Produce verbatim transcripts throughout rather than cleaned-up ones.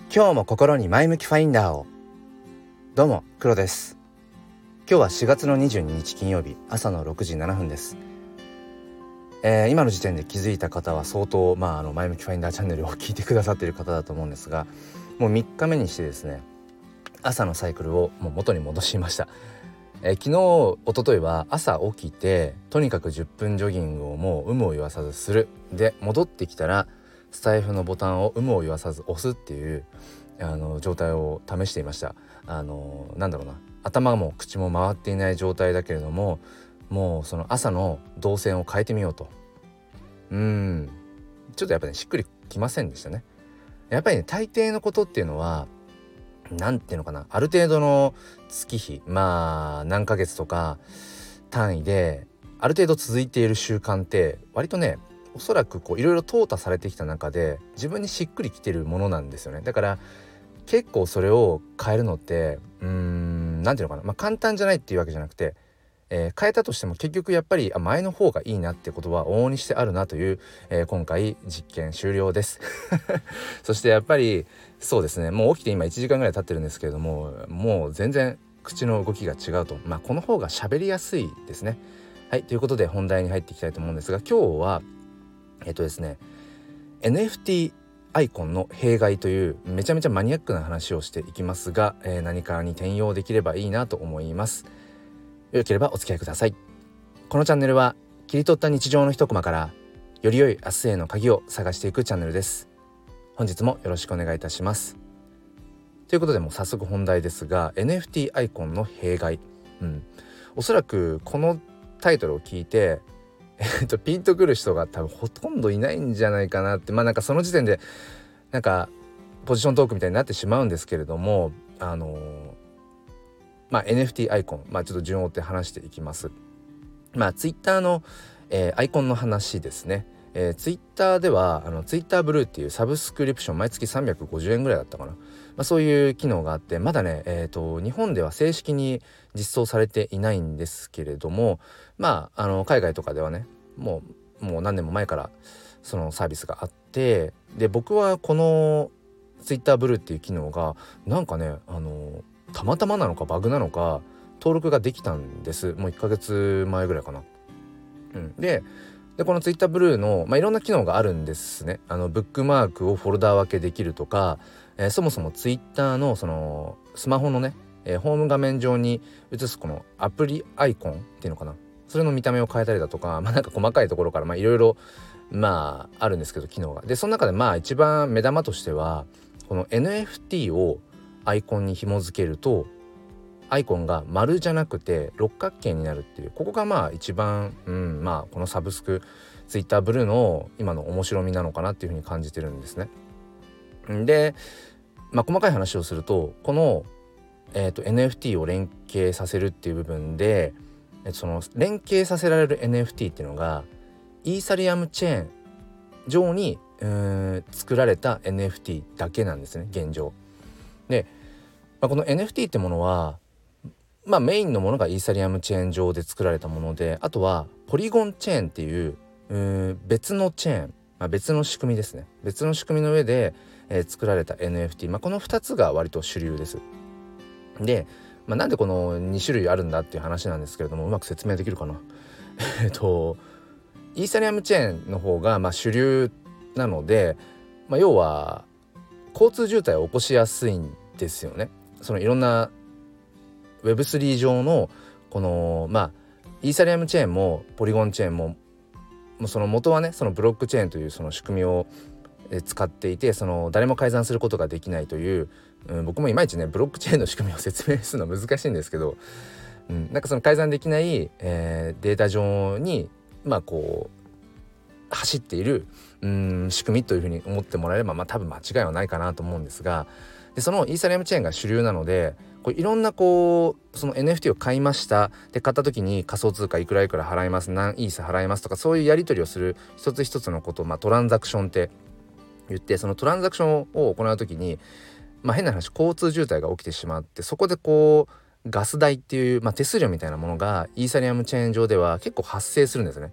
今日も心に前向きファインダーを。どうも黒です。今日はしがつのにじゅうににち金曜日、朝のろくじななふんです。えー、今の時点で気づいた方は相当、まあ、あの前向きファインダーチャンネルを聞いてくださっている方だと思うんですが、もうみっかめにしてですね、朝のサイクルをもう元に戻しました。えー、昨日一昨日は朝起きてとにかくじゅっぷんジョギングをもう有無を言わさずする、で戻ってきたらスタイフのボタンを有無を言わさず押すっていうあの状態を試していました。あのなんだろうな、頭も口も回っていない状態だけれども、もうその朝の動線を変えてみようと。うーんちょっとやっぱり、ね、しっくりきませんでしたね。やっぱりね、大抵のことっていうのはなんていうのかな、ある程度の月日、まあ何ヶ月とか単位である程度続いている習慣って割とね、おそらくこういろいろ淘汰されてきた中で自分にしっくりきてるものなんですよね。だから結構それを変えるのってうーんなんていうのかな、まあ簡単じゃないっていうわけじゃなくて、えー変えたとしても結局やっぱりあ前の方がいいなってことは往々にしてあるなという、えー今回実験終了ですそしてやっぱりそうですね、もう起きて今いちじかんぐらい経ってるんですけれども、もう全然口の動きが違うと。まあこの方が喋りやすいですね。はい、ということで本題に入っていきたいと思うんですが、今日はえっとですね エヌエフティー アイコンの弊害というめちゃめちゃマニアックな話をしていきますが、えー何かに転用できればいいなと思います。よければお付き合いください。このチャンネルは切り取った日常の一コマからより良い明日への鍵を探していくチャンネルです。本日もよろしくお願いいたします。ということでもう早速本題ですが、 エヌエフティー アイコンの弊害、うん、おそらくこのタイトルを聞いてえっとピンとくる人が多分ほとんどいないんじゃないかなって、まあなんかその時点でなんかポジショントークみたいになってしまうんですけれども、あのー、まあ エヌエフティー アイコン、まあちょっと順を追って話していきます。まあツイッターの、えーアイコンの話ですね。えー、ツイッターではあのツイッターブルーっていうサブスクリプション毎月さんびゃくごじゅうえんぐらいだったかな、まあ、そういう機能があって、まだね、えーと日本では正式に実装されていないんですけれども、まああの海外とかではね、もうもう何年も前からそのサービスがあって、で僕はこのツイッターブルーっていう機能がなんかね、あのたまたまなのかバグなのか登録ができたんです。もういっかげつまえぐらいかな。うん、ででこのツイッターブルーの、まあ、いろんな機能があるんですね。あのブックマークをフォルダー分けできるとか、えーそもそもツイッターのそのスマホのね、えーホーム画面上に映すこのアプリアイコンっていうのかな、それの見た目を変えたりだとか、まあなんか細かいところからまあいろいろまああるんですけど、機能が。でその中でまあ一番目玉としてはこの エヌエフティー をアイコンに紐付けるとアイコンが丸じゃなくて六角形になるっていう、ここがまあ一番、うん、まあこのサブスクツイッターブルーの今の面白みなのかなっていうふうに感じてるんですね。で、まあ、細かい話をするとこの、えーと、エヌエフティー を連携させるっていう部分で、えその連携させられる エヌエフティー っていうのがイーサリアムチェーン上にうーん作られた エヌエフティー だけなんですね、現状で。まあ、この エヌエフティー ってものはまあメインのものがイーサリアムチェーン上で作られたもので、あとはポリゴンチェーンっていう、うーん別のチェーン、まあ、別の仕組みですね。別の仕組みの上で、えー作られた エヌエフティー、まあ、このふたつが割と主流です。で、まあ、なんでこのに種類あるんだっていう話なんですけれども、うまく説明できるかなえっとイーサリアムチェーンの方がまあ主流なので、まあ、要は交通渋滞を起こしやすいんですよね。そのいろんな ウェブスリー 上のこのまあイーサリアムチェーンもポリゴンチェーンも、もうその元はねそのブロックチェーンというその仕組みをえ使っていて、その誰も改ざんすることができないという、うん、僕もいまいちねブロックチェーンの仕組みを説明するのは難しいんですけど、うん、なんかその改ざんできない、えーデータ上にまあこう走っているうん仕組みというふうに思ってもらえれば、まあ多分間違いはないかなと思うんですが、でそのイーサリアムチェーンが主流なので、こういろんなこうその エヌエフティー を買いました、で買った時に仮想通貨いくらいくら払います、何イーサ払いますとか、そういうやり取りをする一つ一つのことを、まあ、トランザクションって言って、そのトランザクションを行う時に、まあ、変な話交通渋滞が起きてしまって、そこでこうガス代っていう、まあ、手数料みたいなものがイーサリアムチェーン上では結構発生するんですね。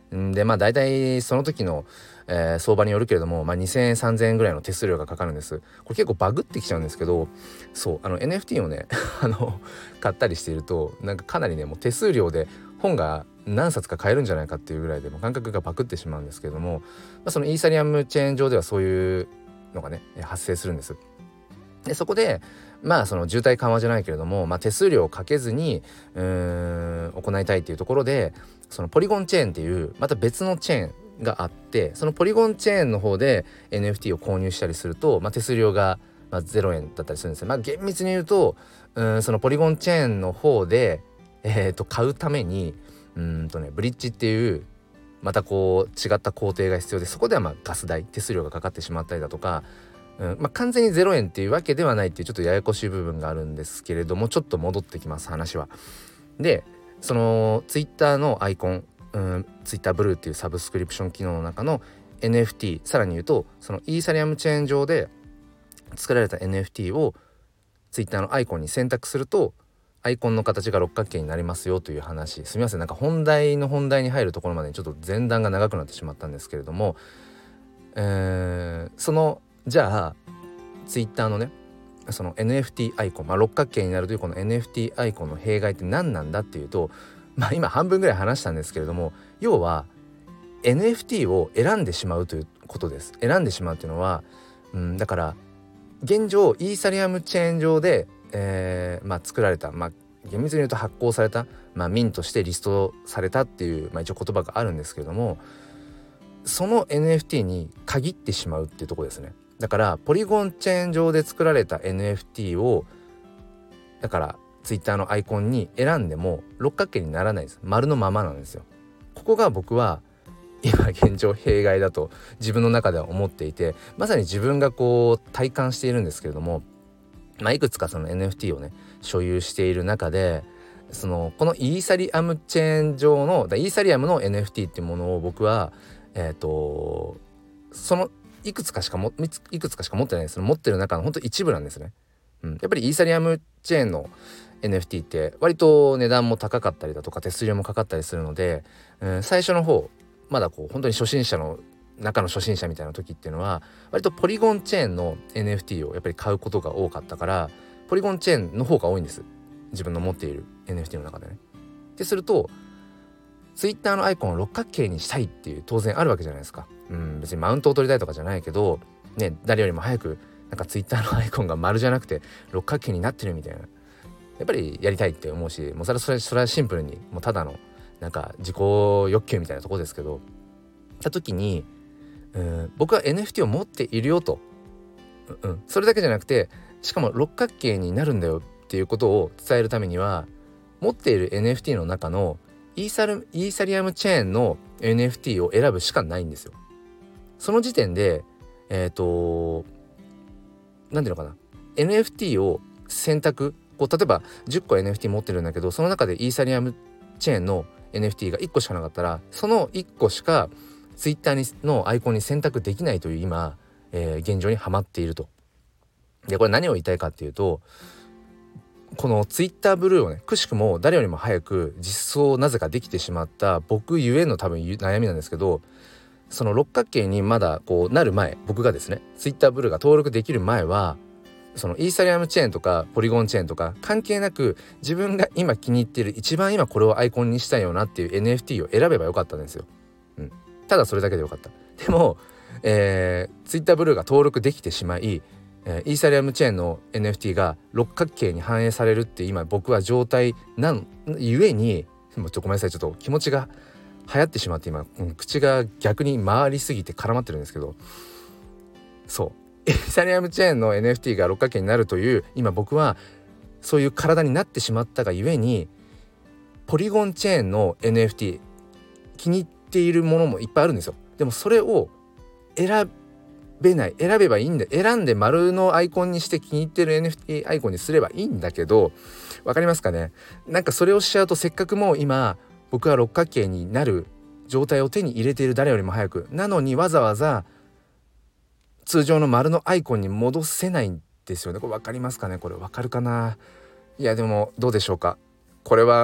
んでまあ大体その時の、えー相場によるけれども、まあ、にせんえんさんぜんえんぐらいの手数料がかかるんです。これ結構バグってきちゃうんですけど、そうあの エヌエフティー をねあの買ったりしているとなんかかなりねもう手数料で本が何冊か買えるんじゃないかっていうぐらいでもう感覚がバグってしまうんですけれども、まあ、そのイーサリアムチェーン上ではそういうのがね発生するんです。でそこでまあその渋滞緩和じゃないけれども、まあ、手数料をかけずにうーん行いたいっていうところで、そのポリゴンチェーンっていうまた別のチェーンがあって、そのポリゴンチェーンの方で エヌエフティー を購入したりすると、まあ、手数料がまあゼロえんだったりするんですよ。まあ厳密に言うとうーんそのポリゴンチェーンの方で、えー、と買うためにうーんとねブリッジっていうまたこう違った工程が必要で、そこではまあガス代手数料がかかってしまったりだとか、うんまあ、完全にゼロえんっていうわけではないっていうちょっとややこしい部分があるんですけれども、ちょっと戻ってきます話は。でそのツイッターのアイコン、うん、ツイッターブルーっていうサブスクリプション機能の中の エヌエフティー、 さらに言うとそのイーサリアムチェーン上で作られた エヌエフティー をツイッターのアイコンに選択するとアイコンの形が六角形になりますよという話。すみません、なんか本題の本題に入るところまでにちょっと前段が長くなってしまったんですけれども、えー、そのじゃあツイッターのねその エヌエフティー アイコン、まあ、六角形になるというこの エヌエフティー アイコンの弊害って何なんだっていうと、まあ今半分ぐらい話したんですけれども、要は エヌエフティー を選んでしまうということです。選んでしまうというのは、うん、だから現状イーサリアムチェーン上で、えーまあ、作られた、まあ、厳密に言うと発行された、まあ、ミントしてリストされたっていう、まあ、一応言葉があるんですけれども、その エヌエフティー に限ってしまうっていうところですね。だからポリゴンチェーン上で作られた エヌエフティー をだからツイッターのアイコンに選んでも六角形にならないです。丸のままなんですよ。ここが僕は今現状弊害だと自分の中では思っていて、まさに自分がこう体感しているんですけれども、まあ、いくつかその エヌエフティー をね所有している中で、そのこのイーサリアムチェーン上のイーサリアムの エヌエフティー っていうものを僕はえっとそのいくつかしかもいくつかしか持ってないです。持ってる中の本当一部なんですね、うん、やっぱりイーサリアムチェーンの エヌエフティー って割と値段も高かったりだとか手数料もかかったりするので、うん、最初の方まだこう本当に初心者の中の初心者みたいな時っていうのは割とポリゴンチェーンの エヌエフティー をやっぱり買うことが多かったから、ポリゴンチェーンの方が多いんです、自分の持っている エヌエフティー の中でね。ってするとツイッターのアイコンを六角形にしたいっていう当然あるわけじゃないですか。うん、別にマウントを取りたいとかじゃないけどね、誰よりも早くなんかツイッターのアイコンが丸じゃなくて六角形になってるみたいな、やっぱりやりたいって思うし、もうそれそれそれはシンプルにもうただのなんか自己欲求みたいなところですけど、た時にうん僕は エヌエフティー を持っているよと、うん、それだけじゃなくてしかも六角形になるんだよっていうことを伝えるためには持っている エヌエフティー の中のイーサル、イーサリアムチェーンの エヌエフティー を選ぶしかないんですよ。その時点でえっとなんていうのかな エヌエフティー を選択、こう例えばじゅっこ エヌエフティー 持ってるんだけどその中でイーサリアムチェーンの エヌエフティー がいっこしかなかったらそのいっこしかツイッターにのアイコンに選択できないという今、えー、現状にはまっていると。でこれ何を言いたいかっていうと、このツイッターブルーをねくしくも誰よりも早く実装をなぜかできてしまった僕ゆえの多分悩みなんですけど、その六角形にまだこうなる前、僕がですねツイッターブルーが登録できる前はそのイーサリアムチェーンとかポリゴンチェーンとか関係なく自分が今気に入っている一番今これをアイコンにしたいよなっていう エヌエフティー を選べばよかったんですよ、うん、ただそれだけでよかった。でも、えー、ツイッターブルーが登録できてしまい、えー、イーサリアムチェーンの エヌエフティー が六角形に反映されるって今僕は状態なんゆえに、もうちょっとごめんなさい、ちょっと気持ちが流行ってしまって今、うん、口が逆に回りすぎて絡まってるんですけど、そうイーサリアムチェーンの エヌエフティー が六角形になるという今僕はそういう体になってしまったがゆえに、ポリゴンチェーンの エヌエフティー 気に入っているものもいっぱいあるんですよ。でもそれを選べない、選べばいいんだ、選んで丸のアイコンにして気に入ってる エヌエフティー アイコンにすればいいんだけど、わかりますかね。なんかそれをしちゃうとせっかくもう今僕は六角形になる状態を手に入れている誰よりも早くなのにわざわざ通常の丸のアイコンに戻せないんですよね。これ分かりますかね。これ分かるかな。いやでもどうでしょうか。これは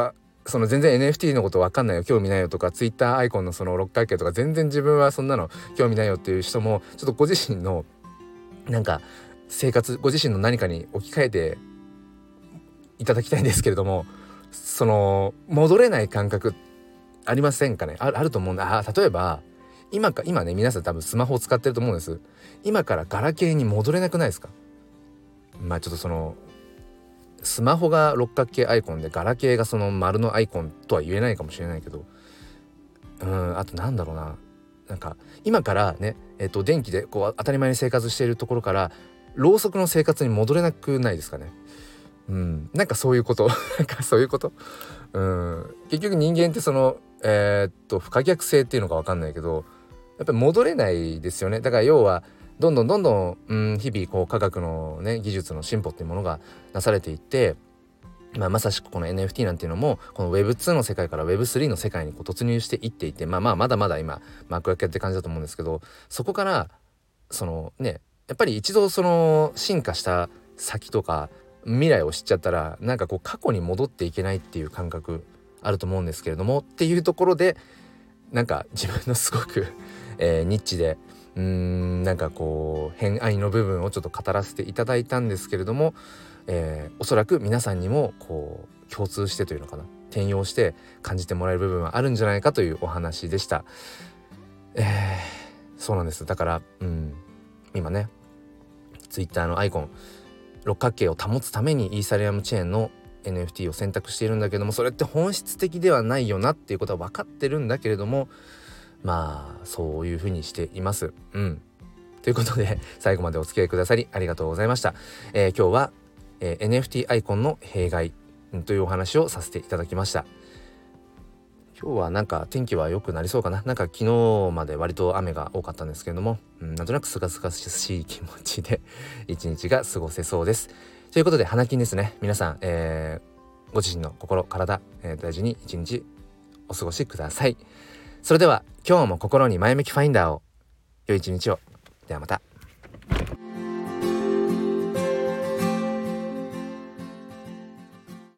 その全然 エヌエフティー のこと分かんないよ興味ないよとか Twitter アイコンのその六角形とか全然自分はそんなの興味ないよっていう人もちょっとご自身のなんか生活ご自身の何かに置き換えていただきたいんですけれども、その戻れない感覚ありませんかね。 あ, あると思うんだ。あ例えば今か今ね皆さん多分スマホを使ってると思うんです。今からガラケーに戻れなくないですか。まあちょっとそのスマホが六角形アイコンでガラケーがその丸のアイコンとは言えないかもしれないけど、うんあとなんだろうな、なんか今からね、えっと、電気でこう当たり前に生活しているところからろうそくの生活に戻れなくないですかね。うんなんかそういうことなんかそういうことうん結局人間ってそのえー、っと不可逆性っていうのか分かんないけどやっぱり戻れないですよね。だから要はどんどんどんどん、うん、日々こう科学のね技術の進歩っていうものがなされていって、まあ、まさしくこの エヌエフティー なんていうのもこの ウェブツー の世界から ウェブスリー の世界にこう突入していっていて、まあまあまだまだ今幕開けって感じだと思うんですけど、そこからそのねやっぱり一度その進化した先とか未来を知っちゃったらなんかこう過去に戻っていけないっていう感覚あると思うんですけれども、っていうところでなんか自分のすごく、えー、ニッチでうーんなんかこう偏愛の部分をちょっと語らせていただいたんですけれども、えー、おそらく皆さんにもこう共通してというのかな転用して感じてもらえる部分はあるんじゃないかというお話でした。えー、そうなんです。だから、うん、今ねツイッターのアイコン六角形を保つためにイーサリアムチェーンの エヌエフティー を選択しているんだけども、それって本質的ではないよなっていうことは分かってるんだけれども、まあそういうふうにしています。うんということで最後までお付き合いくださりありがとうございました。えー、今日は、えー、エヌエフティー アイコンの弊害というお話をさせていただきました。今日はなんか天気は良くなりそうかな。なんか昨日まで割と雨が多かったんですけれども、うん、なんとなくすがすがしい気持ちで一日が過ごせそうです。ということで花金ですね。皆さん、えー、ご自身の心体、えー、大事に一日お過ごしください。それでは今日も心に前向きファインダーを。良い一日を。ではまた。